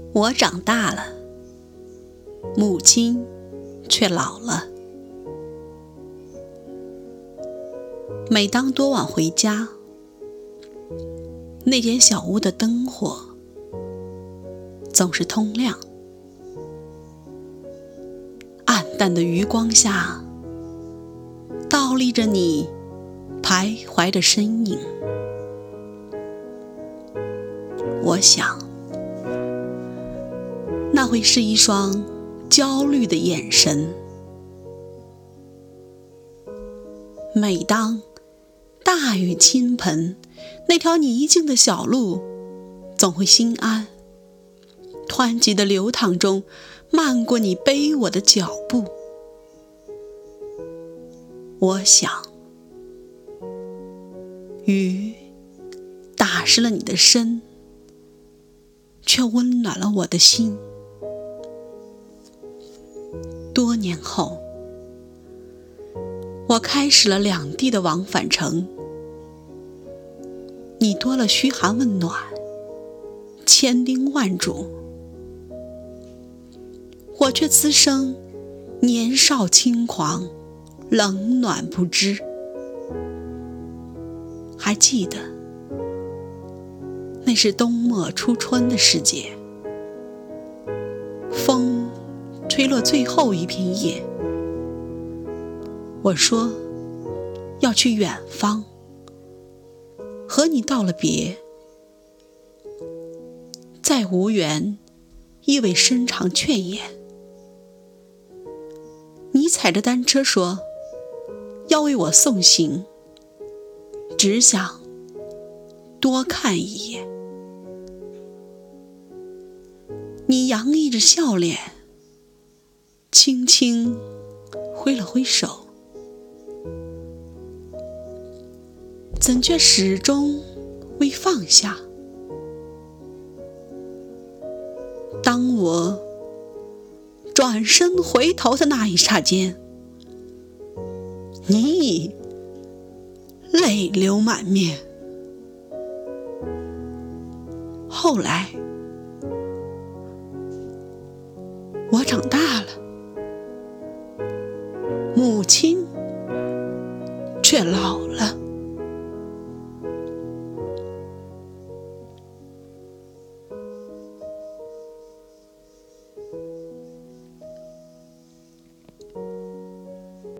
我长大了，母亲却老了。每当多晚回家，那间小屋的灯火总是通亮，暗淡的余光下倒立着你徘徊的身影。我想那会是一双焦虑的眼神。每当大雨倾盆，那条泥泞的小路总会心安，湍急的流淌中漫过你背我的脚步。我想雨打湿了你的身，却温暖了我的心。多年后，我开始了两地的往返程，你多了嘘寒问暖，千叮万嘱，我却滋生年少轻狂，冷暖不知。还记得那是冬末初春的世界，风吹落最后一片叶，我说要去远方，和你道了别，再无缘意味深长劝言。你踩着单车说要为我送行，只想多看一眼。你洋溢着笑脸，轻轻挥了挥手，怎却始终未放下。当我转身回头的那一刹间，你已泪流满面。后来我长大了，母亲却老了。